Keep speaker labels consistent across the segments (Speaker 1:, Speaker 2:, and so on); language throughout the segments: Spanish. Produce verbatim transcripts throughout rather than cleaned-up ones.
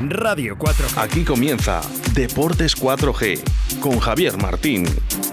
Speaker 1: Radio cuatro G.
Speaker 2: Aquí comienza Deportes cuatro G con Javier Martín.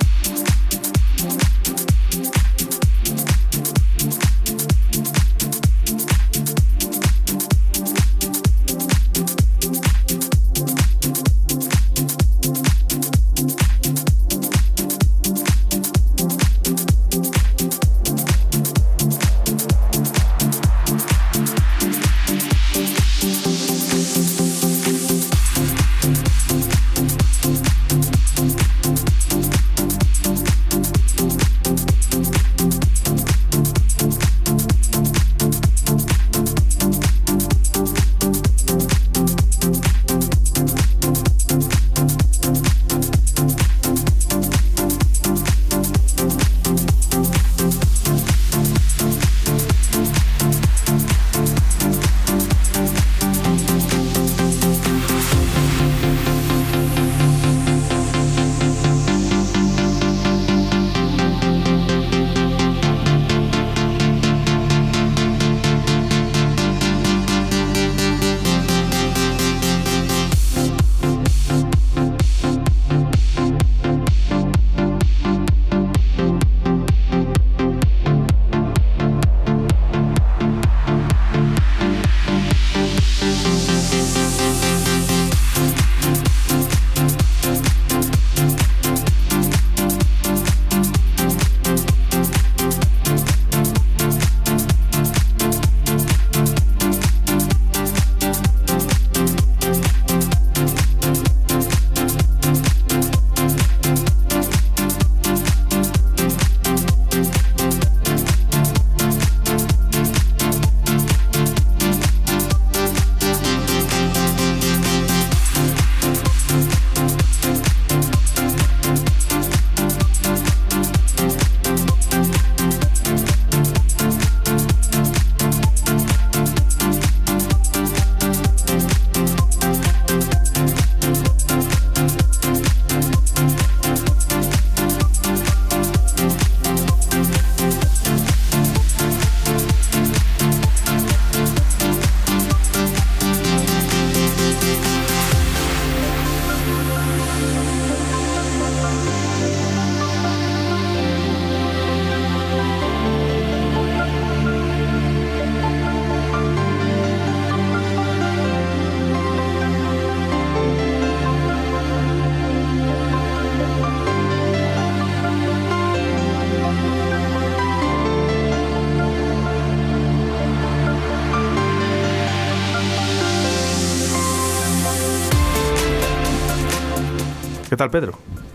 Speaker 3: ¿Qué tal, Pedro?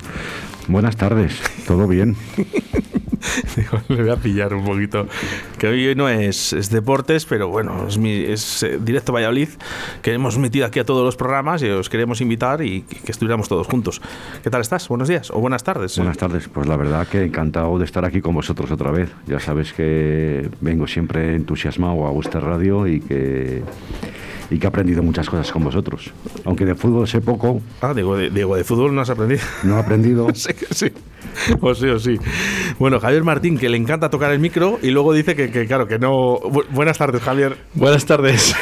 Speaker 4: Buenas tardes, ¿todo bien?
Speaker 3: Digo, le voy a pillar un poquito. Que hoy no es, es deportes, pero bueno, es, mi, es eh, Directo Valladolid, que hemos metido aquí a todos los programas y os queremos invitar y que, que estuviéramos todos juntos. ¿Qué tal estás? Buenos días o buenas tardes.
Speaker 4: Buenas tardes, pues la verdad que encantado de estar aquí con vosotros otra vez. Ya sabes que vengo siempre entusiasmado a vuestra radio y que... y que he aprendido muchas cosas con vosotros. Aunque de fútbol sé poco.
Speaker 3: Ah, digo, de, digo, de fútbol no has aprendido.
Speaker 4: No he aprendido.
Speaker 3: Sí, sí. O sí, o sí. Bueno, Javier Martín, que le encanta tocar el micro y luego dice que, que claro, que no... Bu- buenas tardes, Javier.
Speaker 5: Buenas tardes.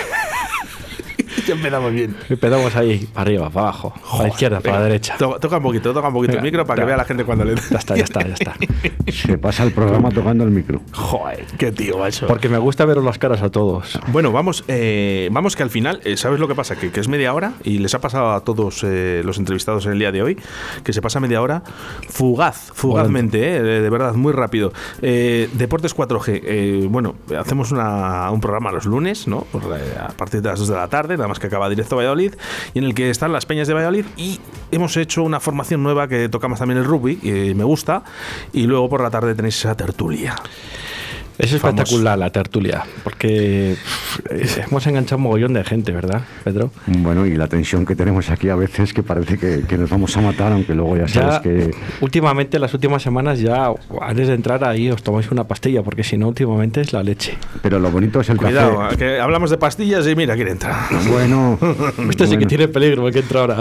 Speaker 3: Ya empezamos bien.
Speaker 5: Empezamos ahí, para arriba, para abajo,
Speaker 3: Joder,
Speaker 5: para la izquierda, para la derecha.
Speaker 3: To- toca un poquito, toca un poquito
Speaker 5: Venga,
Speaker 3: el micro para
Speaker 5: ya.
Speaker 3: que vea la gente cuando le...
Speaker 5: Ya está, ya está, ya está.
Speaker 4: Se pasa el programa tocando el micro.
Speaker 3: Joder, qué tío, macho.
Speaker 5: Porque me gusta veros las caras a todos.
Speaker 3: Bueno, vamos, eh, vamos que al final, eh, ¿sabes lo que pasa? Que, que es media hora y les ha pasado a todos eh, los entrevistados en el día de hoy, que se pasa media hora fugaz, fugazmente, eh, de verdad, muy rápido. Eh, Deportes cuatro G, eh, bueno, hacemos una, un programa los lunes, ¿no? Por, eh, a partir de las dos de la tarde, nada más que acaba Directo Valladolid, y en el que están las peñas de Valladolid, y hemos hecho una formación nueva que tocamos también el rugby, y me gusta, y luego por la tarde tenéis esa tertulia.
Speaker 5: Es espectacular la tertulia, porque pff, hemos enganchado un mogollón de gente, ¿verdad, Pedro?
Speaker 4: Bueno, y la tensión que tenemos aquí a veces que parece que, que nos vamos a matar, aunque luego ya sabes
Speaker 5: Ya,
Speaker 4: que...
Speaker 5: últimamente, las últimas semanas ya, antes de entrar ahí, os tomáis una pastilla, porque si no, últimamente es la leche.
Speaker 4: Pero lo bonito es el
Speaker 3: Cuidado,
Speaker 4: café.
Speaker 3: que hablamos de pastillas y mira quién entra.
Speaker 4: Bueno,
Speaker 5: Este sí que
Speaker 4: bueno.
Speaker 5: tiene peligro, el que entra ahora.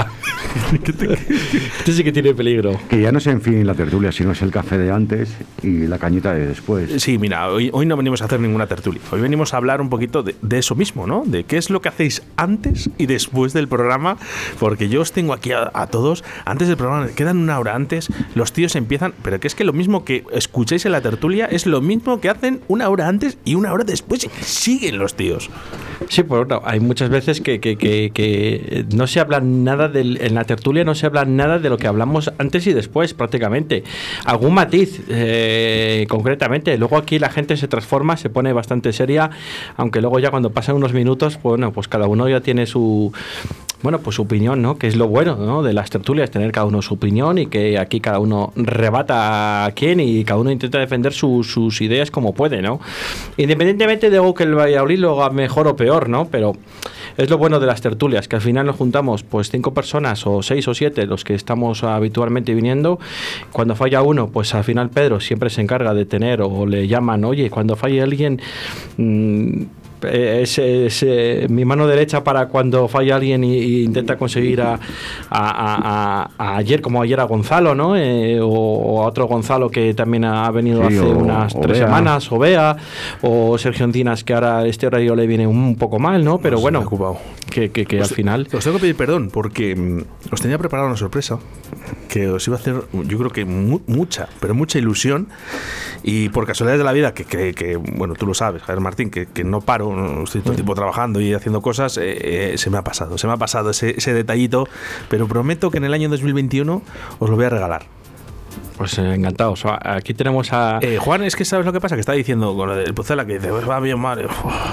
Speaker 5: Este sí que tiene peligro.
Speaker 4: Que ya no es en fin la tertulia, sino es el café de antes y la cañita de después.
Speaker 3: Sí, mira, hoy, hoy no venimos a hacer ninguna tertulia. Hoy venimos a hablar un poquito de, de eso mismo, ¿no? De qué es lo que hacéis antes y después del programa. Porque yo os tengo aquí a, a todos. Antes del programa, quedan una hora antes. Los tíos empiezan. Pero que es que lo mismo que escucháis en la tertulia es lo mismo que hacen una hora antes y una hora después. Y siguen los tíos.
Speaker 5: Sí, por otro, hay muchas veces que, que, que, que no se habla nada del, en la tertulia, no se habla nada de lo que hablamos antes y después, prácticamente. Algún matiz, eh, concretamente. Luego aquí la gente se transforma, se pone bastante seria, aunque luego ya cuando pasan unos minutos, pues, bueno, pues cada uno ya tiene su... Bueno, pues su opinión, ¿no? Que es lo bueno, ¿no? De las tertulias, tener cada uno su opinión y que aquí cada uno rebata a quién y cada uno intenta defender su, sus ideas como puede, ¿no? Independientemente de algo que el Valladolid lo haga mejor o peor, ¿no? Pero es lo bueno de las tertulias, que al final nos juntamos pues cinco personas o seis o siete, los que estamos habitualmente viniendo. Cuando falla uno, pues al final Pedro siempre se encarga de tener o le llaman, oye, cuando falle alguien... Mmm, Es, es eh, mi mano derecha para cuando falla alguien y, y intenta conseguir a, a, a, a ayer, como ayer a Gonzalo, ¿no? Eh, o, o a otro Gonzalo que también ha venido sí, hace o, unas o tres Bea. semanas, o Bea, o Sergio Encinas, que ahora este horario le viene un poco mal, ¿no? Pero no, bueno, que, que, que al final...
Speaker 3: Os tengo que pedir perdón porque mm, os tenía preparada una sorpresa que os iba a hacer, yo creo que mu- mucha, pero mucha ilusión, y por casualidades de la vida, que, que, que bueno, tú lo sabes, Javier Martín, que, que no paro, estoy todo el tiempo trabajando y haciendo cosas, eh, eh, se me ha pasado, se me ha pasado ese, ese detallito, pero prometo que en el año dos mil veintiuno os lo voy a regalar.
Speaker 5: Pues eh, encantados. Aquí tenemos a...
Speaker 3: Eh, Juan, es que ¿sabes lo que pasa? Que está diciendo con lo del Pucela, que dice, va bien mal.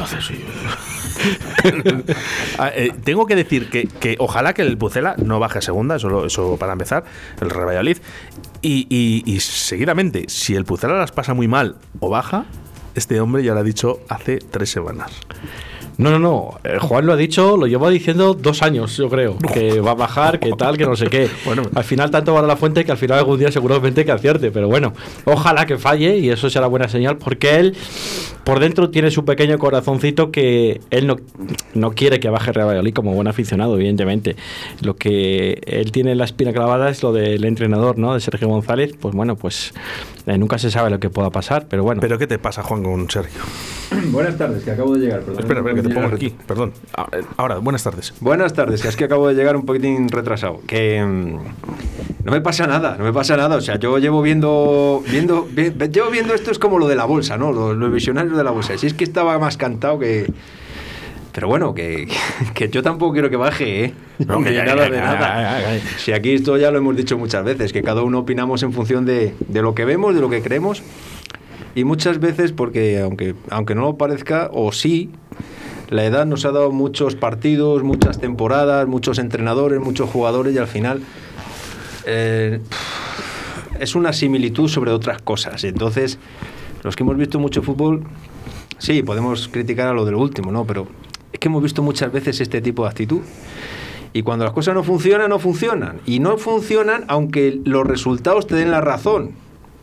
Speaker 3: eh, tengo que decir que, que ojalá que el Pucela no baje a segunda, eso, lo, eso para empezar, el Real Valladolid. Y, y, y seguidamente, si el Pucela las pasa muy mal o baja, este hombre ya lo ha dicho hace tres semanas.
Speaker 5: No, no, no. Eh, Juan lo ha dicho, lo llevo diciendo dos años, yo creo. Que va a bajar, que tal, que no sé qué. Bueno, al final tanto vale la fuente que al final algún día seguramente que acierte. Pero bueno, ojalá que falle y eso será buena señal, porque él por dentro tiene su pequeño corazoncito que él no, no quiere que baje Real Valladolid como buen aficionado, evidentemente. Lo que él tiene en la espina clavada es lo del entrenador, ¿no? De Sergio González. Pues bueno, pues eh, nunca se sabe lo que pueda pasar, pero bueno.
Speaker 3: ¿Pero qué te pasa, Juan, con Sergio?
Speaker 1: Buenas tardes, que acabo de llegar. Perdón,
Speaker 3: espera, espera, que te pongo aquí, perdón. Ahora, buenas tardes.
Speaker 1: Buenas tardes, que es que acabo de llegar un poquitín retrasado. Que mmm, no me pasa nada, no me pasa nada. O sea, yo llevo viendo, viendo, vi, llevo viendo esto es como lo de la bolsa, ¿no? Los, los visionarios de la bolsa. Si es que estaba más cantado que... Pero bueno, que, que yo tampoco quiero que baje, ¿eh? No, que ya, nada ya, de ya, nada. Ya, ya, ya. Si aquí esto ya lo hemos dicho muchas veces, que cada uno opinamos en función de, de lo que vemos, de lo que creemos. Y muchas veces, porque aunque, aunque no lo parezca, o sí, la edad nos ha dado muchos partidos, muchas temporadas, muchos entrenadores, muchos jugadores, y al final eh, es una similitud sobre otras cosas. Entonces, los que hemos visto mucho fútbol, sí, podemos criticar a lo de lo último, ¿no? Pero es que hemos visto muchas veces este tipo de actitud. Y cuando las cosas no funcionan, no funcionan. Y no funcionan aunque los resultados te den la razón.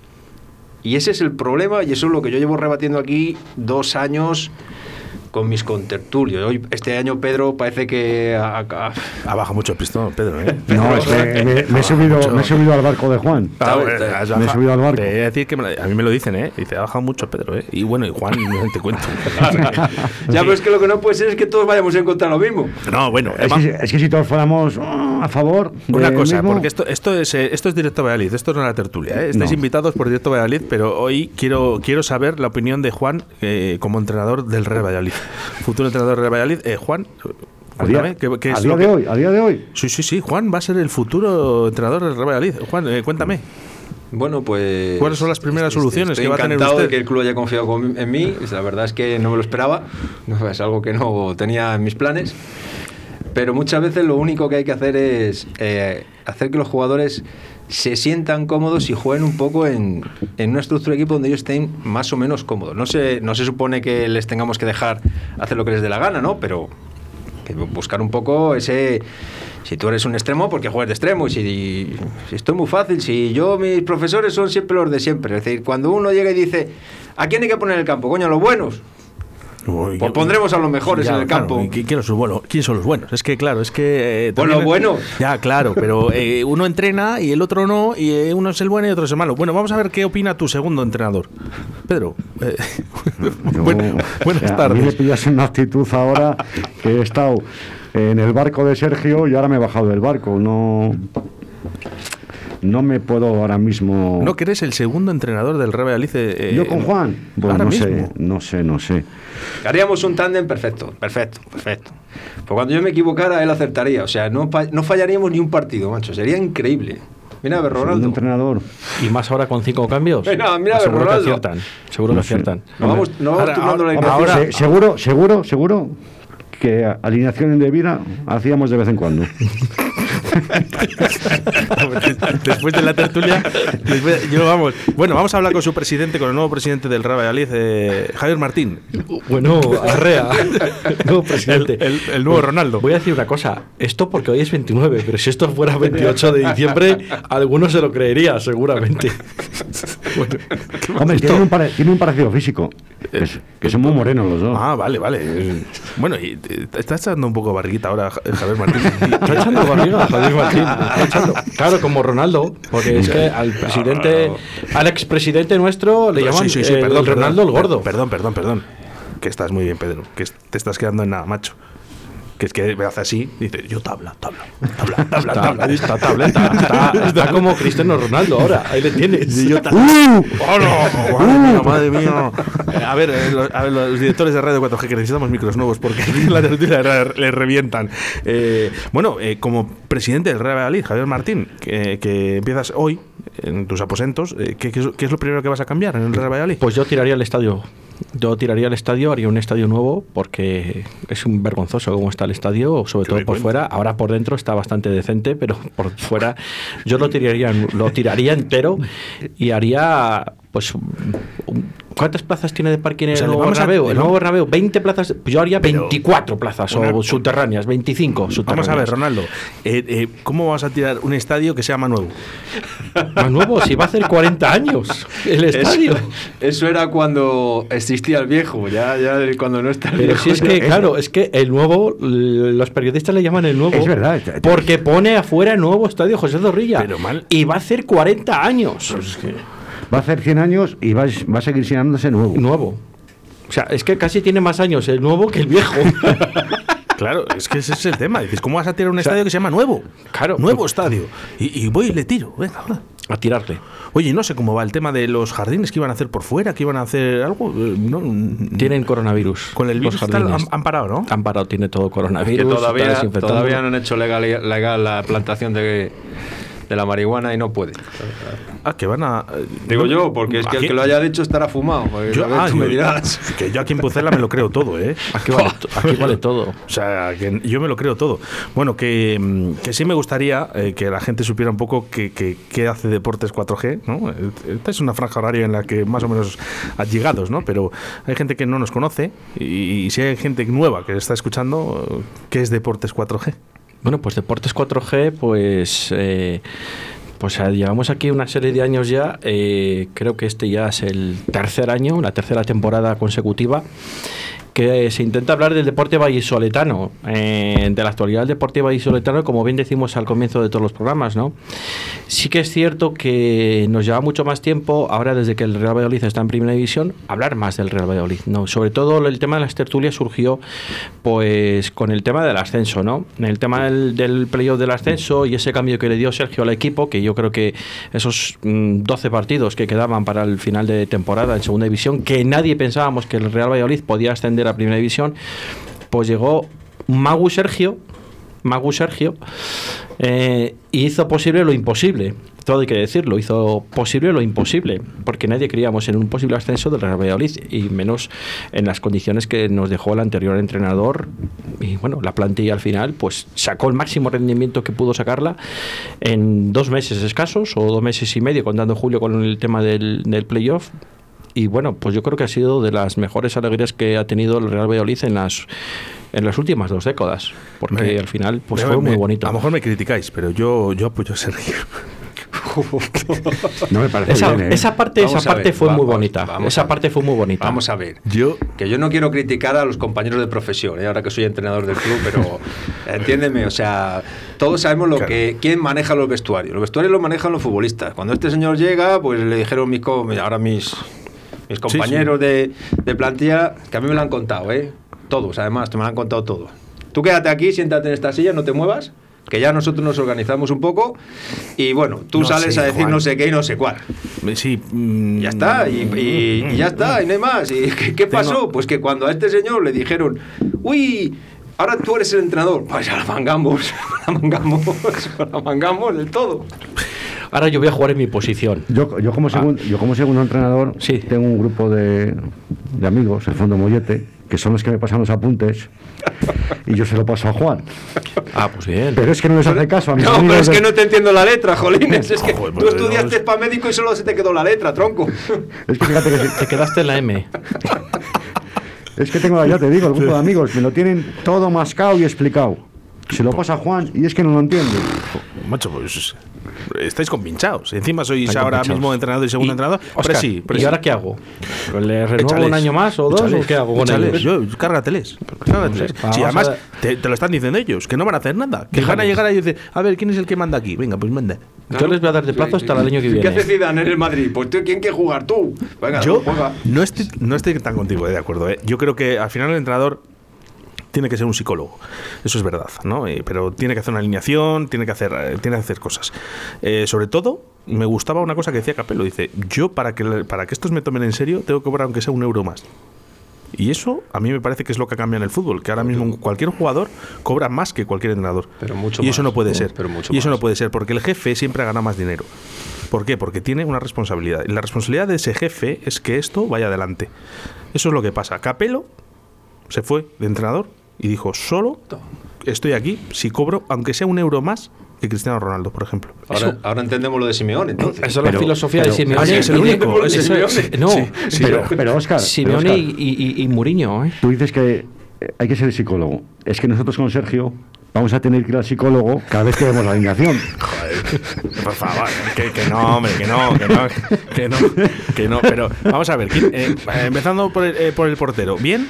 Speaker 1: Y ese es el problema, y eso es lo que yo llevo rebatiendo aquí dos años con mis contertulios. Hoy, este año Pedro parece que ha, ha,
Speaker 3: ha bajado mucho el pistón, Pedro, ¿eh?
Speaker 4: No, es que me, me, he subido, me he subido al barco de Juan.
Speaker 3: Ah, bueno, te,
Speaker 4: me he subido al barco.
Speaker 3: Te voy a decir que me, a mí me lo dicen, ¿eh? Dice, ha bajado mucho Pedro, ¿eh? Y bueno, y Juan, no te cuento.
Speaker 1: Ya, pero es que lo que no puede ser es que todos vayamos a encontrar lo mismo.
Speaker 3: No, bueno.
Speaker 4: Es que, es que si todos fuéramos oh, a favor.
Speaker 3: Una cosa,
Speaker 4: mismo.
Speaker 3: porque esto, esto, es, esto es Directo Valladolid, esto no es la tertulia, ¿eh? Estáis no. invitados por Directo Valladolid, pero hoy quiero, quiero saber la opinión de Juan eh, como entrenador del Real Valladolid. Futuro entrenador del Real Valladolid. Eh, Juan,
Speaker 4: a día, ¿qué, qué a es día de que... hoy, a día de hoy.
Speaker 3: Sí, sí, sí. Juan va a ser el futuro entrenador del Real Valladolid. Juan, eh, cuéntame.
Speaker 1: Bueno, pues...
Speaker 3: ¿Cuáles son las primeras estoy, soluciones
Speaker 1: estoy
Speaker 3: que va a tener usted?
Speaker 1: Encantado de que el club haya confiado con, en mí. La verdad es que no me lo esperaba. Es algo que no tenía en mis planes. Pero muchas veces lo único que hay que hacer es eh, hacer que los jugadores se sientan cómodos y jueguen un poco en, en una estructura de equipo donde ellos estén más o menos cómodos. No se, no se supone que les tengamos que dejar hacer lo que les dé la gana, ¿no? Pero que buscar un poco ese... Si tú eres un extremo, ¿por qué juegas de extremo? Y si, si esto es muy fácil, si yo, mis profesores son siempre los de siempre. Es decir, cuando uno llega y dice, ¿a quién hay que poner el campo? Coño, a los buenos.
Speaker 3: Uy,
Speaker 1: Pues
Speaker 3: yo-
Speaker 1: pondremos a los mejores
Speaker 3: Ya,
Speaker 1: en el
Speaker 3: claro,
Speaker 1: campo.
Speaker 3: ¿y qui- ¿quién, son los buenos? ¿Quién son los buenos? Es que, claro, es que... eh,
Speaker 1: Pues
Speaker 3: también-
Speaker 1: los buenos.
Speaker 3: Ya, claro, pero eh, uno entrena y el otro no, y eh, uno es el bueno y otro es el malo. Bueno, vamos a ver qué opina tu segundo entrenador. Pedro, eh,
Speaker 4: Yo-
Speaker 3: buena-
Speaker 4: o
Speaker 3: buenas
Speaker 4: sea, A mí me
Speaker 3: tardes.
Speaker 4: pillas en una actitud ahora que he estado en el barco de Sergio y ahora me he bajado del barco. No, no me puedo ahora mismo...
Speaker 3: ¿No que eres el segundo entrenador del Real Valladolid? eh,
Speaker 4: ¿Yo con Juan? Bueno,
Speaker 3: ahora
Speaker 4: no
Speaker 3: mismo.
Speaker 4: sé, no sé, no sé.
Speaker 1: Haríamos un tándem perfecto, perfecto, perfecto. Pues cuando yo me equivocara, él acertaría. O sea, no, pa- no fallaríamos ni un partido, macho. Sería increíble. Mira a ver,
Speaker 4: Segundo
Speaker 1: Ronaldo.
Speaker 4: entrenador.
Speaker 5: Y más ahora con cinco cambios.
Speaker 1: Venga, mira,
Speaker 5: seguro que
Speaker 1: Ronaldo.
Speaker 5: aciertan. Seguro
Speaker 4: No
Speaker 5: que
Speaker 4: sé.
Speaker 5: aciertan.
Speaker 1: Nos vamos, nos vamos
Speaker 3: Ahora-
Speaker 1: turnando la
Speaker 3: ahora-
Speaker 1: alineación.
Speaker 3: ahora-
Speaker 4: Se- seguro, seguro, seguro que alineación indebida hacíamos de vez en cuando.
Speaker 3: Después de la tertulia, después- yo vamos. Bueno, vamos a hablar con su presidente, con el nuevo presidente del Real Valladolid, eh, Javier Martín,
Speaker 5: Bueno, arrea. No, presidente.
Speaker 3: el, el nuevo Ronaldo.
Speaker 5: Voy a decir una cosa. Esto porque hoy es veintinueve, pero si esto fuera veintiocho de diciembre, alguno se lo creería, seguramente. Bueno,
Speaker 4: Hombre, tiene un, pare- tiene un parecido físico. Que, es- que son muy morenos los dos.
Speaker 3: Ah, vale, vale. Bueno, y eh, te está echando un poco barriguita ahora, Ja- Javier Martín.
Speaker 5: está echando barriga, Javier Martín. Está echando. Claro, como Ronaldo, porque es que al presidente, al expresidente nuestro le llaman
Speaker 3: Sí, sí, sí,
Speaker 5: el
Speaker 3: perdón, perdón.
Speaker 5: Ronaldo el gordo.
Speaker 3: Perdón, perdón, perdón. Que estás muy bien, Pedro. Que es- te estás quedando en nada, macho. Que es que me hace así, dice, yo tabla, tabla, tabla, tabla,
Speaker 5: Está,
Speaker 3: tabla.
Speaker 5: está tableta, está, está como Cristiano Ronaldo ahora, ahí le tienes.
Speaker 3: Y yo ta- ¡Oh, no! ¡Madre mía, madre mía! Eh, A ver, eh, lo- a ver, los directores de Radio cuatro G, que necesitamos micros nuevos porque aquí en la tertulia le, le revientan. Eh, bueno, eh, como presidente del Real Valladolid, Javier Martín, que, que empiezas hoy en tus aposentos, eh, ¿qué, qué es, qué es lo primero que vas a cambiar en el Real Valladolid?
Speaker 5: Pues yo tiraría el estadio. Yo tiraría el estadio, haría un estadio nuevo porque es un vergonzoso cómo está el estadio, sobre
Speaker 3: Qué
Speaker 5: todo por
Speaker 3: vergüenza.
Speaker 5: fuera. Ahora por dentro está bastante decente, pero por fuera yo lo tiraría, lo tiraría entero y haría pues un- ¿cuántas plazas tiene de parking en
Speaker 3: O sea,
Speaker 5: el
Speaker 3: le
Speaker 5: nuevo
Speaker 3: vamos a-
Speaker 5: Bernabéu?
Speaker 3: le
Speaker 5: El
Speaker 3: vamos-
Speaker 5: nuevo Bernabéu, veinte plazas, yo haría
Speaker 3: Pero
Speaker 5: veinticuatro plazas
Speaker 3: una-
Speaker 5: o subterráneas, veinticinco subterráneas.
Speaker 3: Vamos a ver, Ronaldo, eh, eh, ¿cómo vas a tirar un estadio que sea más nuevo?
Speaker 5: Más nuevo, si va a hacer cuarenta años el estadio.
Speaker 1: Eso, eso era cuando existía el viejo, ya, ya cuando no está el
Speaker 5: Pero
Speaker 1: viejo.
Speaker 5: si es que, claro, es que el nuevo, l- los periodistas le llaman el nuevo.
Speaker 4: Es verdad.
Speaker 5: Porque pone afuera el nuevo estadio José Zorrilla.
Speaker 3: Pero mal.
Speaker 5: Y va a hacer cuarenta años.
Speaker 4: Va a hacer cien años y va, a- va a seguir llamándose nuevo.
Speaker 5: Nuevo. O sea, es que casi tiene más años el nuevo que el viejo.
Speaker 3: Claro, es que ese es el tema. Dices, ¿cómo vas a tirar un
Speaker 5: sea,
Speaker 3: estadio que se llama nuevo?
Speaker 5: claro.
Speaker 3: Nuevo estadio. Y, y voy y le tiro. Venga, va.
Speaker 5: A tirarle.
Speaker 3: Oye, no sé cómo va el tema de los jardines que iban a hacer por fuera, que iban a hacer algo. eh, No,
Speaker 5: Tienen coronavirus.
Speaker 3: con el
Speaker 5: los
Speaker 3: virus tal, han,
Speaker 5: jardines.
Speaker 3: han parado, ¿no?
Speaker 5: Han parado, tiene todo
Speaker 1: que
Speaker 5: coronavirus. está
Speaker 1: todavía,
Speaker 5: desinfectando.
Speaker 1: todavía no han hecho legal, legal la plantación de, de la marihuana y no puede.
Speaker 3: Ah, que van a. eh,
Speaker 1: Digo
Speaker 3: no,
Speaker 1: yo, porque es que el
Speaker 3: aquí-
Speaker 1: que lo haya dicho estará fumado. Pues,
Speaker 3: Yo,
Speaker 1: a ver,
Speaker 3: ah,
Speaker 1: tú me
Speaker 3: yo-
Speaker 1: dirás.
Speaker 3: Que yo aquí en Pucela me lo creo todo, ¿eh?
Speaker 5: Aquí vale, to- aquí vale todo.
Speaker 3: O sea, que yo me lo creo todo. Bueno, que, mm, que sí me gustaría eh, que la gente supiera un poco qué que, que hace Deportes cuatro G, ¿no? Esta es una franja horaria en la que más o menos allegados, ¿no? Pero hay gente que no nos conoce y, y si hay gente nueva que está escuchando, ¿qué es Deportes cuatro G?
Speaker 5: Bueno, pues Deportes cuatro G, pues, eh, pues eh, llevamos aquí una serie de años ya. eh, creo que este ya es el tercer año, la tercera temporada consecutiva, que se intenta hablar del deporte vallisoletano, eh, de la actualidad del deporte vallisoletano, como bien decimos al comienzo de todos los programas, ¿no? Sí que es cierto que nos lleva mucho más tiempo, ahora desde que el Real Valladolid está en Primera División, hablar más del Real Valladolid, ¿no? Sobre todo el tema de las tertulias surgió pues con el tema del ascenso, ¿no? El tema del, del playoff del ascenso y ese cambio que le dio Sergio al equipo, que yo creo que esos mm, doce partidos que quedaban para el final de temporada en Segunda División, que nadie pensábamos que el Real Valladolid podía ascender a Primera División, pues llegó Magu Sergio, Magu Sergio, eh, y hizo posible lo imposible. Todo hay que decirlo, hizo posible lo imposible, porque nadie creíamos en un posible ascenso del Real Valladolid, y menos en las condiciones que nos dejó el anterior entrenador. Y bueno, la plantilla al final pues sacó el máximo rendimiento que pudo sacarla en dos meses escasos, o dos meses y medio, contando julio con el tema del, del playoff. Y bueno, pues yo creo que ha sido de las mejores alegrías que ha tenido el Real Valladolid en las en las últimas dos décadas, porque
Speaker 3: Me-
Speaker 5: al final pues
Speaker 3: me-
Speaker 5: fue
Speaker 3: me-
Speaker 5: muy bonito.
Speaker 3: A lo mejor me criticáis, pero yo, yo apoyo a Sergio.
Speaker 4: No me parece
Speaker 5: Esa,
Speaker 4: bien, ¿eh?
Speaker 5: esa parte,
Speaker 1: Vamos
Speaker 5: esa
Speaker 1: a
Speaker 5: parte
Speaker 1: ver,
Speaker 5: fue muy
Speaker 1: vamos,
Speaker 5: bonita.
Speaker 1: vamos
Speaker 5: Esa
Speaker 1: a
Speaker 5: parte
Speaker 1: ver.
Speaker 5: fue muy bonita.
Speaker 1: Vamos a ver.
Speaker 3: Yo,
Speaker 1: Que yo no quiero criticar a los compañeros de profesión, ¿eh? Ahora que soy entrenador del club, pero entiéndeme, o sea, todos sabemos lo
Speaker 3: Claro.
Speaker 1: que quién maneja los vestuarios. Los vestuarios los manejan los futbolistas. Cuando este señor llega, pues le dijeron mis co- ahora mis mis compañeros
Speaker 3: sí.
Speaker 1: De, de plantilla, que a mí me lo han contado, ¿eh? Todos, además, te me lo han contado todo. Tú quédate aquí, siéntate en esta silla, no te muevas, que ya nosotros nos organizamos un poco y bueno, tú
Speaker 3: No
Speaker 1: sales
Speaker 3: sé,
Speaker 1: a decir
Speaker 3: Juan.
Speaker 1: no sé qué y no sé cuál.
Speaker 3: sí. mm,
Speaker 1: Ya está, y, y- y ya está, y no hay más. ¿Y qué, qué pasó?
Speaker 3: Tengo-
Speaker 1: Pues que cuando a este señor le dijeron, uy, ahora tú eres el entrenador, pues ya la mangamos, la mangamos, la mangamos del todo.
Speaker 5: Ahora yo voy a jugar en mi posición.
Speaker 4: Yo, yo, como segun- yo como segundo entrenador
Speaker 5: Sí.
Speaker 4: tengo un grupo de, de amigos, el Fondo Mollete, que son los que me pasan los apuntes y yo se lo paso a Juan.
Speaker 5: Ah, pues bien.
Speaker 4: Pero es que no les hace caso a mis
Speaker 1: No,
Speaker 4: amigos
Speaker 1: pero es
Speaker 4: de-
Speaker 1: que no te entiendo la letra, jolines. Es que
Speaker 3: Joder,
Speaker 1: tú
Speaker 3: pero
Speaker 1: estudiaste
Speaker 3: no-
Speaker 1: para médico y solo se te quedó la letra, tronco.
Speaker 4: Es que fíjate que si-
Speaker 5: Te quedaste en la M.
Speaker 4: es que tengo, ya te digo, el grupo de amigos, me lo tienen todo mascado y explicado. Se lo pasa a Juan y es que no lo entiende.
Speaker 3: Macho, pues estáis compinchados. Encima sois
Speaker 5: Están
Speaker 3: ahora
Speaker 5: compinchados.
Speaker 3: mismo entrenador y segundo
Speaker 5: Y,
Speaker 3: entrenador.
Speaker 5: Óscar,
Speaker 3: Presi, presi.
Speaker 5: ¿y ahora qué hago? ¿Le renuevo
Speaker 3: Échales,
Speaker 5: un año más o dos
Speaker 3: échales,
Speaker 5: o qué hago con
Speaker 3: échales.
Speaker 5: ellos?
Speaker 3: Yo, cárgateles. cárgateles.
Speaker 5: No sé, vamos
Speaker 3: Si
Speaker 5: a
Speaker 3: además
Speaker 5: ver.
Speaker 3: te, te lo están diciendo ellos, que no van a hacer nada. Que van a
Speaker 5: Déjales.
Speaker 3: llegar ahí y decir, a ver, ¿quién es el que manda aquí? Venga, pues manda.
Speaker 5: Yo les voy a dar de plazo hasta el año que
Speaker 1: ¿Qué
Speaker 5: viene.
Speaker 1: hace Zidane en el Madrid? Pues tú, ¿quién quiere jugar tú? Venga,
Speaker 3: Yo
Speaker 1: juega.
Speaker 3: no estoy, no estoy tan contigo, eh, de acuerdo. eh. Yo creo que al final el entrenador tiene que ser un psicólogo. Eso es verdad, ¿no? Eh, pero tiene que hacer una alineación, tiene que hacer, eh, tiene que hacer cosas. Eh, sobre todo, me gustaba una cosa que decía Capello. Dice, yo para que, para que estos me tomen en serio, tengo que cobrar aunque sea un euro más. Y eso a mí me parece que es lo que cambia en el fútbol, que ahora mismo cualquier jugador cobra más que cualquier entrenador.
Speaker 1: Pero mucho
Speaker 3: y eso
Speaker 1: más,
Speaker 3: no puede
Speaker 1: ¿no?
Speaker 3: ser.
Speaker 1: Pero mucho
Speaker 3: y eso
Speaker 1: más.
Speaker 3: no puede ser, porque el jefe siempre ha ganado más dinero. ¿Por qué? Porque tiene una responsabilidad. Y la responsabilidad de ese jefe es que esto vaya adelante. Eso es lo que pasa. Capello se fue de entrenador y dijo, solo estoy aquí si cobro, aunque sea un euro más que Cristiano Ronaldo, por ejemplo.
Speaker 1: Ahora,
Speaker 5: Eso-
Speaker 1: ahora entendemos lo de Simeone, entonces.
Speaker 5: Esa es la
Speaker 4: Pero-
Speaker 5: filosofía de
Speaker 4: pero-
Speaker 5: Simeone.
Speaker 3: Ah, sí, es el
Speaker 5: y de-
Speaker 3: único,
Speaker 5: eso-
Speaker 3: es el-
Speaker 5: eso- no,
Speaker 3: sí, sí,
Speaker 4: pero, pero Óscar,
Speaker 5: Simeone
Speaker 4: pero,
Speaker 5: y,
Speaker 4: Óscar,
Speaker 5: y, y Mourinho, ¿eh?
Speaker 4: tú dices que eh, hay que ser psicólogo. Es que nosotros con Sergio vamos a tener que ir al psicólogo cada vez que vemos la alineación.
Speaker 3: Por favor, que, que no, hombre, que no, que no, que no, que no. Pero vamos a ver, ¿quién- eh, empezando por el, eh, por el portero, ¿bien?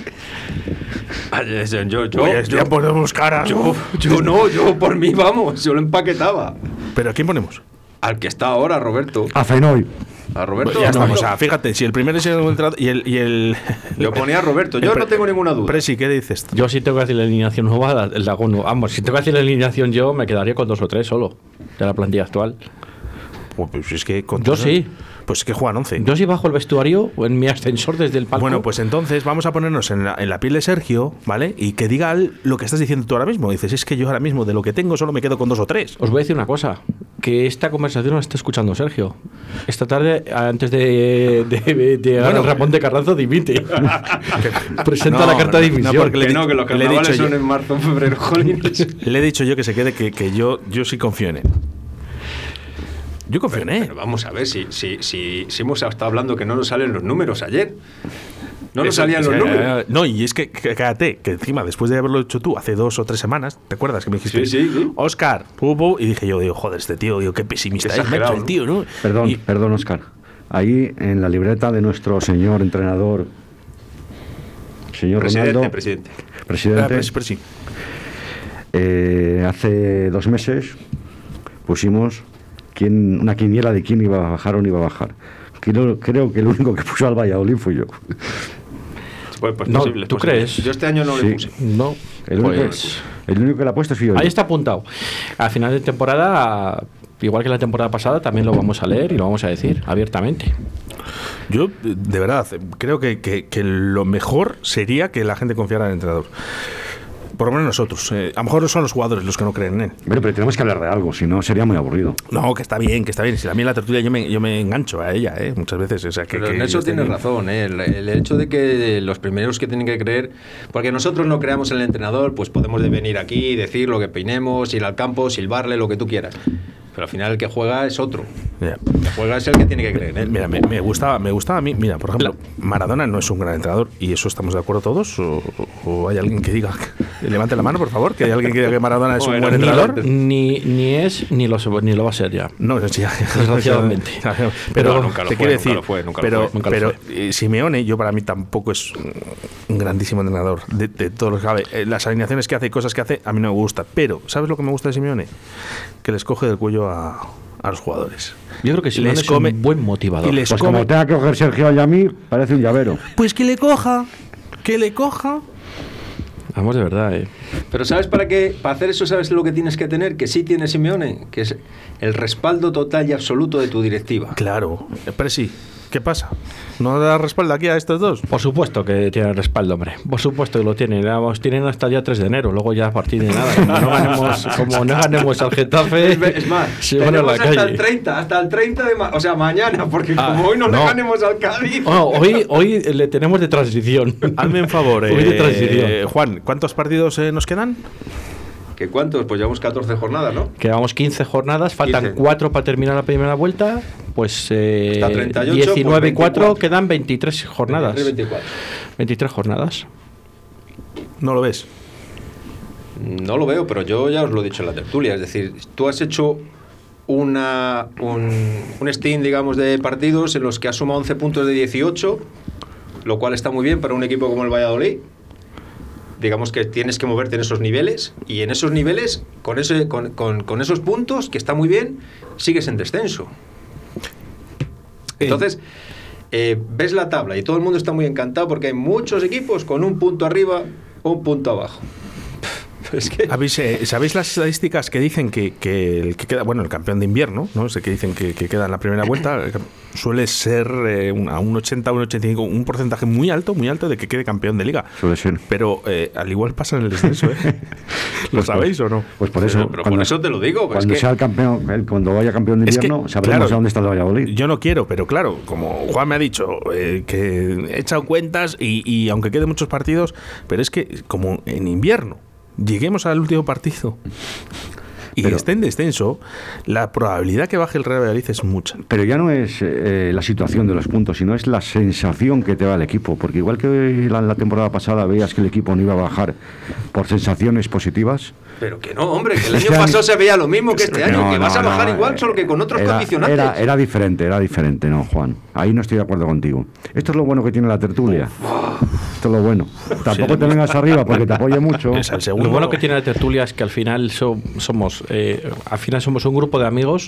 Speaker 1: Ay, eso, Yo, yo,
Speaker 3: Pues
Speaker 1: yo,
Speaker 3: ya ponemos cara.
Speaker 1: yo, yo no, yo por mí, vamos, yo lo empaquetaba.
Speaker 3: Pero ¿a quién ponemos?
Speaker 1: Al que está ahora, Roberto.
Speaker 4: A Fenoy.
Speaker 1: A Roberto.
Speaker 3: Pues ya
Speaker 1: no,
Speaker 3: estamos.
Speaker 1: no.
Speaker 3: O sea, fíjate, si el primer es el entrenador y el. Y el
Speaker 1: Yo ponía a Roberto, yo
Speaker 3: el pre-
Speaker 1: no tengo ninguna duda.
Speaker 3: Presi, ¿qué dices?
Speaker 5: Yo si tengo que hacer la alineación nueva, la, la hago nueva. Vamos, si tengo que hacer la alineación yo, me quedaría con dos o tres solo de la plantilla actual.
Speaker 3: Pues, pues es que con
Speaker 5: Yo
Speaker 3: todos-
Speaker 5: sí.
Speaker 3: Pues es que juegan once.
Speaker 5: Yo si bajo el vestuario o en mi ascensor desde el palco.
Speaker 3: Bueno, pues entonces vamos a ponernos en la, en la piel de Sergio, ¿vale? Y que diga él lo que estás diciendo tú ahora mismo. Dices, es que yo ahora mismo de lo que tengo solo me quedo con dos o tres.
Speaker 5: Os voy a decir una cosa, que esta conversación la está escuchando Sergio. Esta tarde, antes de, de, de, de
Speaker 3: Bueno.
Speaker 5: Ramón de Carranzo, dimite. Presenta
Speaker 3: No,
Speaker 5: la carta de
Speaker 3: no, no,
Speaker 5: dimisión.
Speaker 3: porque le
Speaker 1: Que
Speaker 3: di-
Speaker 1: no, que los
Speaker 3: le he
Speaker 1: carnavales
Speaker 3: dicho
Speaker 1: son
Speaker 3: yo-
Speaker 1: en marzo, febrero, jolines.
Speaker 3: Le he dicho yo que se quede, que, que yo, yo sí confío en él. Yo confío en él.
Speaker 1: Pero vamos a ver, si, si, si, si hemos estado hablando que no nos salen los números ayer. No nos
Speaker 3: Eso,
Speaker 1: salían
Speaker 3: es
Speaker 1: los
Speaker 3: que,
Speaker 1: números.
Speaker 3: eh, No, y es que, que- cállate, que encima, después de haberlo hecho tú hace dos o tres semanas, ¿te acuerdas que me dijiste?
Speaker 1: Sí, sí, sí.
Speaker 3: Oscar, pu, pu, y dije yo, digo, joder, este tío, digo, qué pesimista
Speaker 1: Qué
Speaker 3: es, macho,
Speaker 1: exagerado,
Speaker 3: el tío, ¿no?
Speaker 4: Perdón,
Speaker 3: Y-
Speaker 4: perdón, Óscar. Ahí en la libreta de nuestro señor entrenador, señor
Speaker 1: Presidente,
Speaker 4: Ronaldo,
Speaker 1: presidente.
Speaker 3: Ah,
Speaker 4: presidente,
Speaker 3: pero, pero sí.
Speaker 4: eh, hace dos meses pusimos quién, una quiniela de quién iba a bajar o no iba a bajar. Creo, creo que el único que puso al Valladolid fui yo.
Speaker 1: Pues, pues
Speaker 5: No,
Speaker 1: posible, es
Speaker 5: ¿tú
Speaker 1: posible.
Speaker 5: crees?
Speaker 1: Yo este año no
Speaker 4: Sí.
Speaker 1: le puse.
Speaker 5: No,
Speaker 4: El único,
Speaker 5: pues...
Speaker 4: el único que la ha puesto fui yo.
Speaker 5: Ahí está apuntado. A final de temporada, igual que la temporada pasada, también lo vamos a leer y lo vamos a decir abiertamente.
Speaker 3: Yo, de verdad, creo que, que- que lo mejor sería que la gente confiara en el entrenador. Por lo menos nosotros. Eh, a lo mejor no son los jugadores los que no creen en él.
Speaker 4: Bueno, pero tenemos que hablar de algo, si no sería muy aburrido.
Speaker 3: No, que está bien, que está bien. Si a mí en la tertulia yo me, yo me engancho a ella, ¿eh? Muchas veces. O sea, que,
Speaker 1: Pero
Speaker 3: que
Speaker 1: en eso
Speaker 3: esté
Speaker 1: tienes
Speaker 3: bien.
Speaker 1: razón, ¿eh? el, el hecho de que los primeros que tienen que creer, porque nosotros no creamos en el entrenador, pues podemos de venir aquí, decir lo que peinemos, ir al campo, silbarle, lo que tú quieras. Pero al final el que juega es otro.
Speaker 3: Ya.
Speaker 1: El que juega es el que tiene que creer en él.
Speaker 3: Mira, me, me gustaba, me gustaba a mí. Mira, por ejemplo, Maradona no es un gran entrenador y eso estamos de acuerdo todos. ¿O, o hay alguien que diga Levante la mano, por favor, que hay alguien que diga que Maradona es un
Speaker 1: Bueno,
Speaker 3: buen
Speaker 5: Ni, lo,
Speaker 3: entrenador.
Speaker 5: ni, ni es, ni lo, ni lo va a ser ya.
Speaker 3: No, eso sí,
Speaker 5: Desgraciadamente.
Speaker 3: Pero
Speaker 1: No, nunca lo
Speaker 3: te
Speaker 1: fue,
Speaker 3: quiero
Speaker 1: nunca
Speaker 3: decir,
Speaker 1: lo fue, nunca lo
Speaker 3: pero,
Speaker 5: fue, nunca lo
Speaker 3: pero
Speaker 5: fue.
Speaker 3: eh, Simeone, yo para mí tampoco es un grandísimo entrenador de, de todos los que sabe. Eh, Las alineaciones que hace y cosas que hace a mí no me gusta. Pero, ¿sabes lo que me gusta de Simeone? Que les coge del cuello a, a los jugadores.
Speaker 5: Yo creo que Simeone
Speaker 3: Les
Speaker 5: es
Speaker 3: come-
Speaker 5: un buen motivador.
Speaker 3: y les
Speaker 4: Pues
Speaker 3: come-
Speaker 4: como tenga que coger Sergio Ayamí, parece un llavero.
Speaker 3: Pues que le coja, que le coja.
Speaker 5: Vamos, de verdad, ¿eh?
Speaker 1: Pero ¿sabes para qué? Para hacer eso, ¿sabes lo que tienes que tener? Que sí tiene Simeone, que es el respaldo total y absoluto de tu directiva.
Speaker 3: Claro, pero sí. ¿Qué pasa? ¿No da respaldo aquí a estos dos?
Speaker 5: Por supuesto que tiene respaldo, hombre. Por supuesto que lo tienen. Vamos, tienen hasta el día tres de enero. Luego ya a partir de nada. Como no ganemos, como no ganemos al Getafe,
Speaker 1: Es, es más,
Speaker 5: se van a
Speaker 1: tenemos
Speaker 5: la
Speaker 1: hasta
Speaker 5: calle.
Speaker 1: el treinta, hasta el treinta de ma- o sea, mañana, porque
Speaker 5: Ah,
Speaker 1: como hoy no, le
Speaker 3: no.
Speaker 1: ganemos al Cádiz.
Speaker 5: Oh, hoy, hoy le tenemos de transición.
Speaker 3: Hazme un favor,
Speaker 5: Hoy de
Speaker 3: eh,
Speaker 5: transición.
Speaker 3: Juan, ¿cuántos partidos eh, nos quedan?
Speaker 1: ¿Que cuántos? Pues llevamos catorce jornadas, ¿no?
Speaker 5: Quedamos quince jornadas, faltan
Speaker 1: quince.
Speaker 5: cuatro para terminar la primera vuelta. Pues eh,
Speaker 1: Está treinta y ocho,
Speaker 5: diecinueve y
Speaker 1: pues
Speaker 5: cuatro,
Speaker 1: veinticuatro.
Speaker 5: quedan veintitrés jornadas.
Speaker 1: veintitrés, veinticuatro.
Speaker 5: veintitrés jornadas.
Speaker 3: ¿No lo ves?
Speaker 1: No lo veo, pero yo ya os lo he dicho en la tertulia. Es decir, tú has hecho una, un, un steam, digamos, de partidos en los que has sumado once puntos de dieciocho, lo cual está muy bien para un equipo como el Valladolid. Digamos que tienes que moverte en esos niveles, y en esos niveles, con, ese, con, con, con esos puntos, que está muy bien, sigues en descenso. Entonces, eh, ves la tabla y todo el mundo está muy encantado porque hay muchos equipos con un punto arriba o un punto abajo. Es que...
Speaker 3: ¿Habéis, eh, ¿Sabéis las estadísticas que dicen que, que el que queda, bueno, el campeón de invierno, ¿no? Ese que dicen que, que queda en la primera vuelta, suele ser eh, un, a un ochenta, un ochenta y cinco, un porcentaje muy alto, muy alto de que quede campeón de liga.
Speaker 4: Suele ser.
Speaker 3: Pero eh, al igual pasa en el descenso, ¿eh? ¿Lo
Speaker 4: Pues,
Speaker 3: sabéis o no?
Speaker 4: Pues por eso.
Speaker 1: Pero, pero por eso te lo digo. Pues
Speaker 4: Cuando
Speaker 1: es que-
Speaker 4: sea el campeón, el- cuando vaya campeón de
Speaker 3: Es que,
Speaker 4: invierno, sabremos
Speaker 3: claro,
Speaker 4: a dónde está el Valladolid.
Speaker 3: Yo no quiero, pero claro, como Juan me ha dicho, eh, que he echado cuentas y, y aunque queden muchos partidos, pero es que como en invierno lleguemos al último partido y
Speaker 4: Pero-
Speaker 3: esté en descenso, la probabilidad que baje el Real Valladolid es mucha.
Speaker 4: Pero ya no es eh, la situación de los puntos, sino es la sensación que te da el equipo. Porque igual que la, la temporada pasada veías que el equipo no iba a bajar por sensaciones positivas.
Speaker 1: Pero que no, hombre, que el año
Speaker 4: Este año-
Speaker 1: pasado se veía lo mismo que este año,
Speaker 4: No,
Speaker 1: que vas
Speaker 4: no,
Speaker 1: a bajar
Speaker 4: no,
Speaker 1: igual,
Speaker 4: eh,
Speaker 1: solo que con otros
Speaker 4: era,
Speaker 1: condicionantes.
Speaker 4: Era, era diferente, era diferente, no, Juan. Ahí no estoy de acuerdo contigo. Esto es lo bueno que tiene la tertulia. Esto es lo bueno. Tampoco te vengas arriba porque te apoye mucho.
Speaker 3: Es el segundo.
Speaker 5: Lo bueno que tiene la tertulia es que al final so- somos eh, al final somos un grupo de amigos,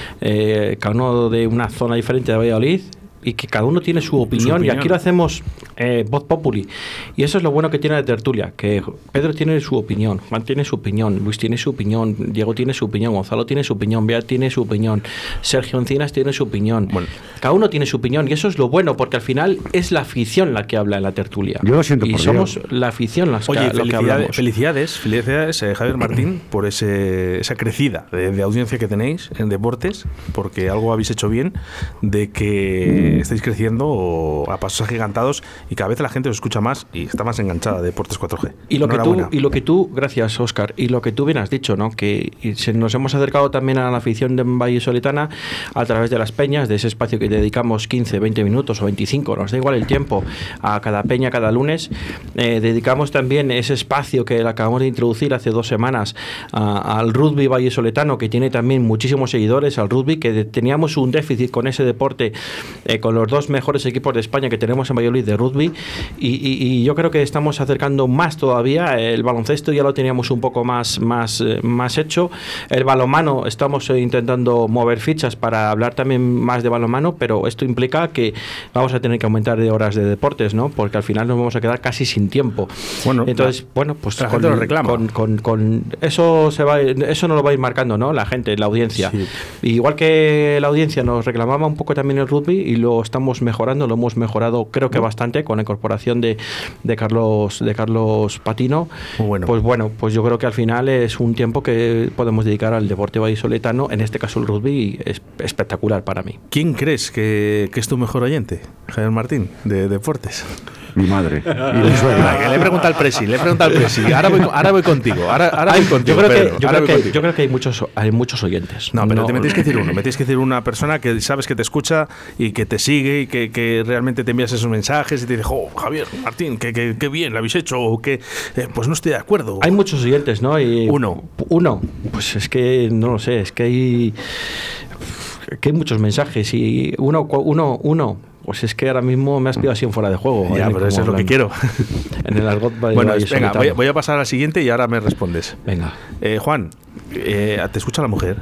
Speaker 5: eh, cada uno de una zona diferente de Valladolid, y que cada uno tiene su opinión,
Speaker 3: opinión.
Speaker 5: y aquí lo hacemos eh, voz populi, y eso es lo bueno que tiene la tertulia, que Pedro tiene su opinión, Juan tiene su opinión, Luis tiene su opinión, Diego tiene su opinión, Gonzalo tiene su opinión, Bea tiene su opinión, Sergio Encinas tiene su opinión.
Speaker 3: Bueno.
Speaker 5: Cada uno tiene su opinión, y eso es lo bueno, porque al final es la afición la que habla en la tertulia.
Speaker 4: Yo lo siento
Speaker 5: y
Speaker 4: por
Speaker 5: somos
Speaker 4: Diego.
Speaker 5: la afición las
Speaker 3: Oye,
Speaker 5: que, lo que
Speaker 3: felicidades,
Speaker 5: hablamos.
Speaker 3: felicidades, felicidades eh, Javier Martín, por ese, esa crecida de, de audiencia que tenéis en deportes, porque algo habéis hecho bien, de que estáis creciendo a pasos agigantados y cada vez la gente os escucha más y está más enganchada de Deportes cuatro G.
Speaker 5: Y lo, que tú,
Speaker 3: Enhorabuena.
Speaker 5: y lo que tú, gracias Óscar, y lo que tú bien has dicho, ¿no? Que y se, nos hemos acercado también a la afición de Valle Soletana a través de las peñas, de ese espacio que dedicamos quince, veinte minutos o veinticinco, nos da igual el tiempo, a cada peña cada lunes. Eh, dedicamos también ese espacio que acabamos de introducir hace dos semanas a- al rugby Valle Soletano, que tiene también muchísimos seguidores, al rugby, que de- teníamos un déficit con ese deporte, eh, con los dos mejores equipos de España que tenemos en Valladolid de rugby, y, y- y yo creo que estamos acercando más todavía. El baloncesto ya lo teníamos un poco más, más, eh, más hecho. El balonmano estamos eh, intentando mover fichas para hablar también más de balonmano, pero esto implica que vamos a tener que aumentar de horas de deportes, ¿no? Porque al final nos vamos a quedar casi sin tiempo.
Speaker 3: Bueno,
Speaker 5: entonces, bueno, pues
Speaker 3: la
Speaker 5: con,
Speaker 3: gente lo reclama.
Speaker 5: con- con- con- eso se va, eso no lo va a ir marcando, ¿no? La gente, la audiencia.
Speaker 3: Sí.
Speaker 5: Igual que la audiencia nos reclamaba un poco también el rugby, y lo estamos mejorando, lo hemos mejorado creo que bastante con la incorporación de, de Carlos de Carlos Patino.
Speaker 3: Muy bueno.
Speaker 5: Pues bueno, pues yo creo que al final es un tiempo que podemos dedicar al deporte vallisoletano, en este caso el rugby, y es espectacular para mí.
Speaker 3: ¿Quién crees que, que es tu mejor oyente, Javier Martín, de deportes?
Speaker 4: Mi madre. Y mi suegra.
Speaker 3: Que le he preguntado al presi, le he preguntado al presi. Ahora voy, ahora voy contigo. Ahora, ahora voy contigo.
Speaker 5: Yo creo,
Speaker 3: Pedro,
Speaker 5: que, yo,
Speaker 3: ahora
Speaker 5: creo
Speaker 3: voy
Speaker 5: que,
Speaker 3: contigo.
Speaker 5: yo creo que hay muchos, hay muchos oyentes.
Speaker 3: No, pero
Speaker 5: No,
Speaker 3: te me tienes que decir uno. Me tienes que decir una persona que sabes que te escucha y que te sigue y que, que realmente te envías esos mensajes y te dice, oh, Javier, Martín, que, que, que bien lo habéis hecho, o que eh, pues no estoy de acuerdo.
Speaker 5: Hay muchos oyentes, ¿no? Y
Speaker 3: Uno.
Speaker 5: Uno. Pues es que no lo sé, es que hay, que hay muchos mensajes y uno, uno, uno. Pues es que ahora mismo me has pillado así en fuera de juego.
Speaker 3: Ya,
Speaker 5: ¿eh?
Speaker 3: pero eso es lo que
Speaker 5: hablan.
Speaker 3: quiero.
Speaker 5: En el argot va-
Speaker 3: Bueno,
Speaker 5: va
Speaker 3: es- venga, voy, voy a pasar a la siguiente y ahora me respondes.
Speaker 5: Venga.
Speaker 3: Eh, Juan, eh, ¿te escucha la mujer?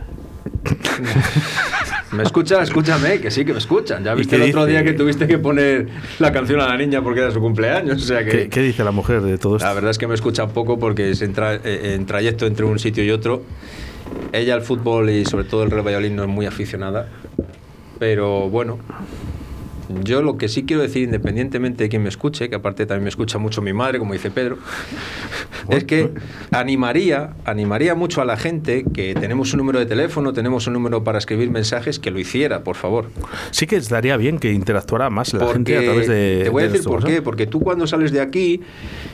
Speaker 1: ¿Me escuchan? Escúchame, que sí que me escuchan. Ya
Speaker 3: ¿Y
Speaker 1: viste
Speaker 3: qué
Speaker 1: el otro
Speaker 3: dice?
Speaker 1: día que tuviste que poner la canción a la niña porque era su cumpleaños. O sea que.
Speaker 3: ¿Qué, qué dice la mujer de todo esto?
Speaker 1: La verdad es que me escucha poco porque es en, tra- eh, en trayecto entre un sitio y otro. Ella al fútbol y sobre todo el Real Valladolid no es muy aficionada. Pero bueno, yo lo que sí quiero decir, independientemente de quién me escuche, que aparte también me escucha mucho mi madre, como dice Pedro, es que animaría, animaría mucho a la gente que tenemos un número de teléfono, tenemos un número para escribir mensajes, que lo hiciera, por favor.
Speaker 3: Sí que estaría bien que interactuara más la
Speaker 1: Porque
Speaker 3: gente a través de.
Speaker 1: te voy a
Speaker 3: de
Speaker 1: decir
Speaker 3: nuestro
Speaker 1: por qué,
Speaker 3: WhatsApp.
Speaker 1: porque tú cuando sales de aquí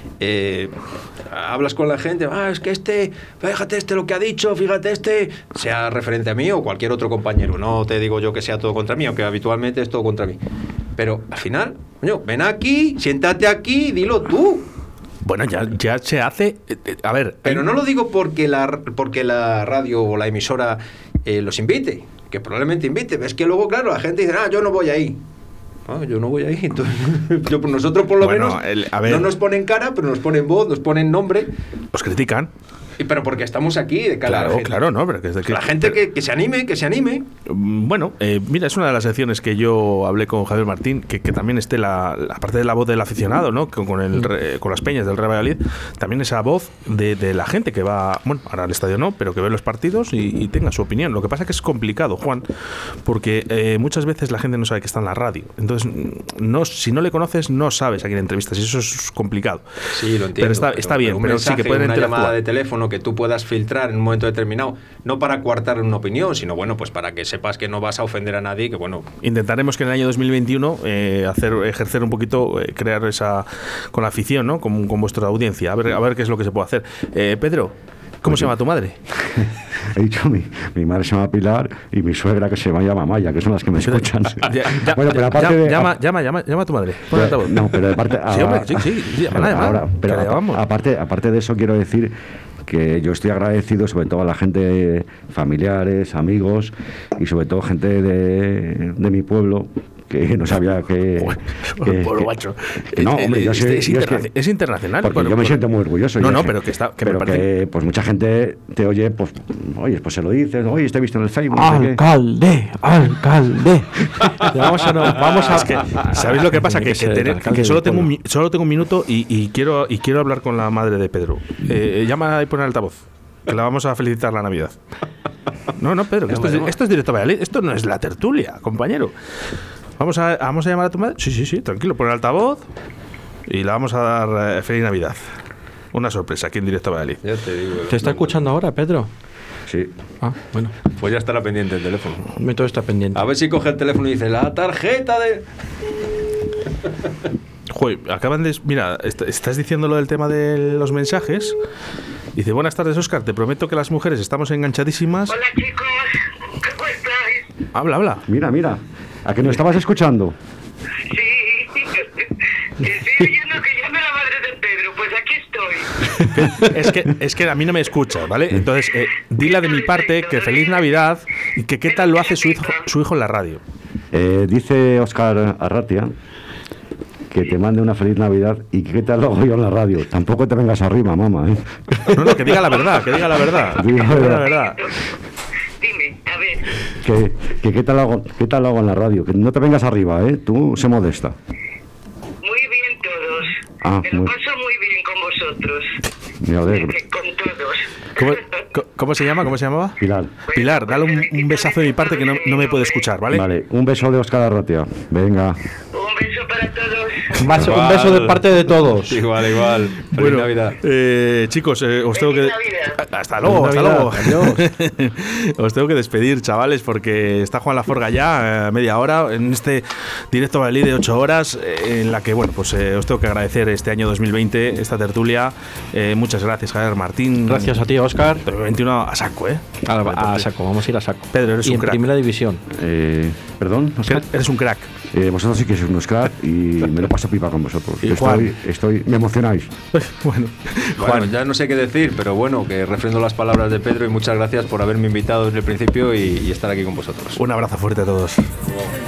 Speaker 1: eh, hablas con la gente, ah, es que este, fíjate este lo que ha dicho, fíjate este, sea referente a mí o cualquier otro compañero, no te digo yo que sea todo contra mí, aunque habitualmente es todo contra mí, pero al final, coño, ven aquí, siéntate aquí, dilo tú.
Speaker 3: Bueno, ya, ya se hace. eh, eh, A ver.
Speaker 1: Pero
Speaker 3: hay-
Speaker 1: no lo digo porque la, porque la radio o la emisora eh, los invite, que probablemente invite. Es que luego, claro, la gente dice, ah, yo no voy ahí. Ah, yo no voy ahí. Entonces, yo, pues nosotros por lo
Speaker 3: Bueno,
Speaker 1: menos
Speaker 3: el- a ver.
Speaker 1: no nos ponen cara, pero nos ponen voz, nos ponen nombre.
Speaker 3: Os critican.
Speaker 1: Y, pero porque estamos aquí de cara a la
Speaker 3: Claro,
Speaker 1: gente.
Speaker 3: claro, no, pero que es de que-
Speaker 1: La gente que, que se anime, que se anime.
Speaker 3: Mm, Bueno, eh, mira, es una de las secciones que yo hablé con Javier Martín, que, que también esté la, la parte de la voz del aficionado, ¿no? Con, con el, re- con las peñas del Real Valladolid, también esa voz de, de la gente que va, bueno, ahora al estadio no, pero que ve los partidos y, y tenga su opinión. Lo que pasa es que es complicado, Juan, porque eh, muchas veces la gente no sabe que está en la radio. Entonces, no, si no le conoces, no sabes a quién entrevistas y eso es complicado.
Speaker 1: Sí, lo entiendo.
Speaker 3: Pero está, está bien,
Speaker 1: un
Speaker 3: pero sí
Speaker 1: mensaje,
Speaker 3: que pueden
Speaker 1: una
Speaker 3: interactuar.
Speaker 1: llamada de teléfono que tú puedas filtrar en un momento determinado, no para coartar una opinión, sino bueno, pues para que sepas que no vas a ofender a nadie, que bueno,
Speaker 3: Intentaremos que en el año dos mil veintiuno eh, hacer ejercer un poquito, eh, crear esa con la afición, ¿no? Con, con vuestra audiencia, a ver, a ver qué es lo que se puede hacer. Eh, Pedro, ¿cómo
Speaker 4: Pues
Speaker 3: se llama tu madre?
Speaker 4: He dicho, mi, mi madre se llama Pilar y mi suegra que se llama Maya, que son las que me escuchan.
Speaker 3: Ya- ya-
Speaker 4: Bueno, pero aparte
Speaker 3: ya-
Speaker 4: de-
Speaker 3: llama, llama, llama, llama a tu madre. Pon el altavoz.
Speaker 4: No, pero aparte,
Speaker 3: Sí, hombre, sí, sí, sí, llámala, llámala,
Speaker 4: ahora, pero
Speaker 3: que le
Speaker 4: apa-
Speaker 3: llamamos.
Speaker 4: aparte, aparte de eso quiero decir que yo estoy agradecido sobre todo a la gente, familiares, amigos y sobre todo gente de, de mi pueblo que no sabía que... que-
Speaker 3: Pueblo
Speaker 4: que-
Speaker 3: macho.
Speaker 4: que no,
Speaker 3: Eh,
Speaker 4: hombre, yo
Speaker 3: eh,
Speaker 4: sé-
Speaker 3: es,
Speaker 4: yo es
Speaker 3: interna-
Speaker 4: que-
Speaker 3: es internacional.
Speaker 4: porque
Speaker 3: Bueno,
Speaker 4: yo me
Speaker 3: pues-
Speaker 4: siento muy orgulloso.
Speaker 3: No,
Speaker 4: yo
Speaker 3: no,
Speaker 4: sé.
Speaker 3: pero que está, que me
Speaker 4: pero
Speaker 3: parece.
Speaker 4: que, pues mucha gente te oye, pues, oye, pues se lo dices, oye, te he visto en el Facebook. no sé qué.
Speaker 5: Alcalde, alcalde. vamos a, no, vamos a
Speaker 3: Es que, ¿sabéis lo que pasa? Que,
Speaker 5: Tiene que
Speaker 3: que
Speaker 5: ser
Speaker 3: tener-
Speaker 5: el alcalde
Speaker 3: que solo,
Speaker 5: del
Speaker 3: tengo un,
Speaker 5: pueblo.
Speaker 3: mi- solo tengo un minuto y, y quiero y quiero hablar con la madre de Pedro. Eh, llama y pon el altavoz, que la vamos a felicitar la Navidad. No, no, Pedro, que esto, es, esto es directo a Valladolid. Esto no es la tertulia, compañero. ¿Vamos a, ¿Vamos a llamar a tu madre? Sí, sí, sí, tranquilo, pon el altavoz y la vamos a dar eh, feliz Navidad. Una sorpresa aquí en directo a Valladolid.
Speaker 1: ya te digo.
Speaker 5: ¿Te está escuchando ahora, Pedro?
Speaker 4: Sí.
Speaker 5: Ah, bueno,
Speaker 1: Pues ya estará pendiente el teléfono.
Speaker 5: mi todo está pendiente.
Speaker 1: A ver si coge el teléfono y dice, la tarjeta de...
Speaker 3: Joder, acaban de... Mira, est- estás diciendo lo del tema de los mensajes. Dice, buenas tardes, Óscar. Te prometo que las mujeres estamos enganchadísimas.
Speaker 6: Hola chicos, ¿cómo estáis?
Speaker 3: Habla, habla.
Speaker 4: Mira, mira, ¿a que no estabas escuchando?
Speaker 6: Sí, que estoy oyendo que llame la madre de Pedro, pues aquí estoy.
Speaker 3: Es que, es que a mí no me escucha, ¿vale? Entonces, eh, dile de mi parte que feliz Navidad y que qué tal lo hace su hijo, su hijo en la radio.
Speaker 4: Eh, dice Óscar Arratia que te mande una feliz Navidad y que qué tal lo hago yo en la radio. Tampoco te vengas arriba, mamá, ¿eh?
Speaker 3: No, no, que diga la verdad, que diga la verdad. Que
Speaker 4: Diga la
Speaker 3: diga la
Speaker 4: verdad.
Speaker 3: verdad.
Speaker 6: Dime, a ver,
Speaker 4: Que, que qué tal lo hago, qué tal lo hago en la radio. Que no te vengas arriba, ¿eh? Tú, sé modesta.
Speaker 6: muy bien todos.
Speaker 4: Ah,
Speaker 6: Me lo
Speaker 4: muy-
Speaker 6: paso muy bien con vosotros.
Speaker 4: Me alegro.
Speaker 6: Eh, Con todos.
Speaker 3: ¿Cómo, co- cómo se llama? ¿Cómo se llamaba?
Speaker 4: Pilar.
Speaker 3: Pilar, dale un, un besazo de mi parte que no, no me puede escuchar, ¿vale?
Speaker 4: Vale, un beso de Óscar Arratia. Venga.
Speaker 6: Un beso para todos.
Speaker 5: Más, un
Speaker 1: Igual.
Speaker 5: beso de parte de todos.
Speaker 1: Igual, igual. Feliz
Speaker 3: Bueno,
Speaker 1: Navidad.
Speaker 3: eh, chicos, eh, os tengo que.
Speaker 6: Feliz Navidad.
Speaker 3: Hasta luego,
Speaker 5: Feliz
Speaker 3: hasta luego.
Speaker 5: Navidad,
Speaker 3: Os tengo que despedir, chavales, porque está Juan Laforga ya, eh, media hora, en este directo Valí de ocho horas, eh, en la que, bueno, pues eh, os tengo que agradecer este año dos mil veinte, esta tertulia. Eh, muchas gracias, Javier Martín.
Speaker 5: Gracias a ti, Óscar.
Speaker 3: dos mil veintiuno a saco, ¿eh?
Speaker 5: A, a saco, vamos a ir a saco.
Speaker 3: Pedro, eres
Speaker 5: y
Speaker 3: un
Speaker 5: en
Speaker 3: crack.
Speaker 5: primera división.
Speaker 4: Eh, Perdón, Óscar.
Speaker 3: Eres un crack.
Speaker 4: Eh, vosotros sí que sois unos crack y me lo paso pipa con vosotros.
Speaker 3: Y
Speaker 4: Estoy,
Speaker 3: Juan.
Speaker 4: estoy, me emocionáis.
Speaker 3: Bueno,
Speaker 1: Bueno,
Speaker 3: Juan,
Speaker 1: ya no sé qué decir, pero bueno, que refrendo las palabras de Pedro y muchas gracias por haberme invitado desde el principio y, y estar aquí con vosotros.
Speaker 3: un abrazo fuerte a todos.